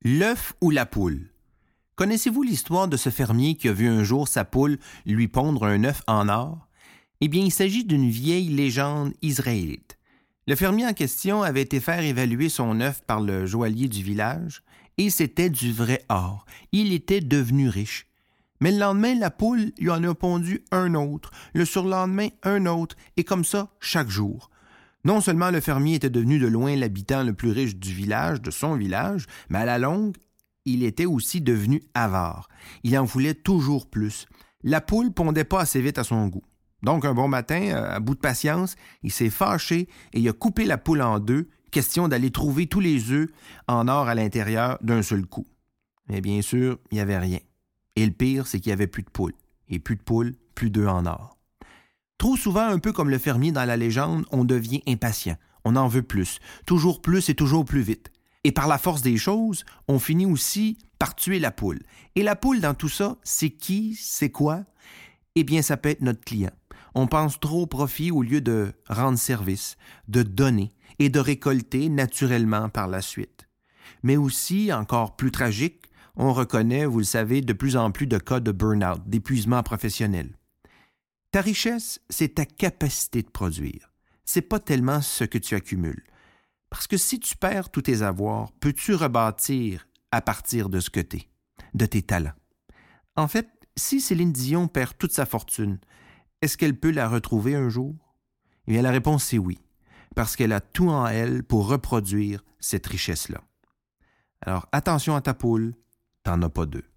L'œuf ou la poule? Connaissez-vous l'histoire de ce fermier qui a vu un jour sa poule lui pondre un œuf en or? Eh bien, il s'agit d'une vieille légende israélite. Le fermier en question avait été faire évaluer son œuf par le joaillier du village et c'était du vrai or. Il était devenu riche. Mais le lendemain, la poule lui en a pondu un autre, le surlendemain un autre, et comme ça chaque jour. Non seulement le fermier était devenu de loin l'habitant le plus riche du village, de son village, mais à la longue, il était aussi devenu avare. Il en voulait toujours plus. La poule pondait pas assez vite à son goût. Donc, un bon matin, à bout de patience, il s'est fâché et il a coupé la poule en deux, question d'aller trouver tous les œufs en or à l'intérieur d'un seul coup. Mais bien sûr, il n'y avait rien. Et le pire, c'est qu'il n'y avait plus de poules. Et plus de poules, plus d'œufs en or. Trop souvent, un peu comme le fermier dans la légende, on devient impatient. On en veut plus et toujours plus vite. Et par la force des choses, on finit aussi par tuer la poule. Et la poule dans tout ça, c'est qui, c'est quoi? Eh bien, ça peut être notre client. On pense trop au profit au lieu de rendre service, de donner et de récolter naturellement par la suite. Mais aussi, encore plus tragique, on reconnaît, vous le savez, de plus en plus de cas de burn-out, d'épuisement professionnel. Ta richesse, c'est ta capacité de produire. C'est pas tellement ce que tu accumules. Parce que si tu perds tous tes avoirs, peux-tu rebâtir à partir de ce que t'es, de tes talents? En fait, si Céline Dion perd toute sa fortune, est-ce qu'elle peut la retrouver un jour? Eh bien, la réponse c'est oui, parce qu'elle a tout en elle pour reproduire cette richesse-là. Alors, attention à ta poule, t'en as pas deux.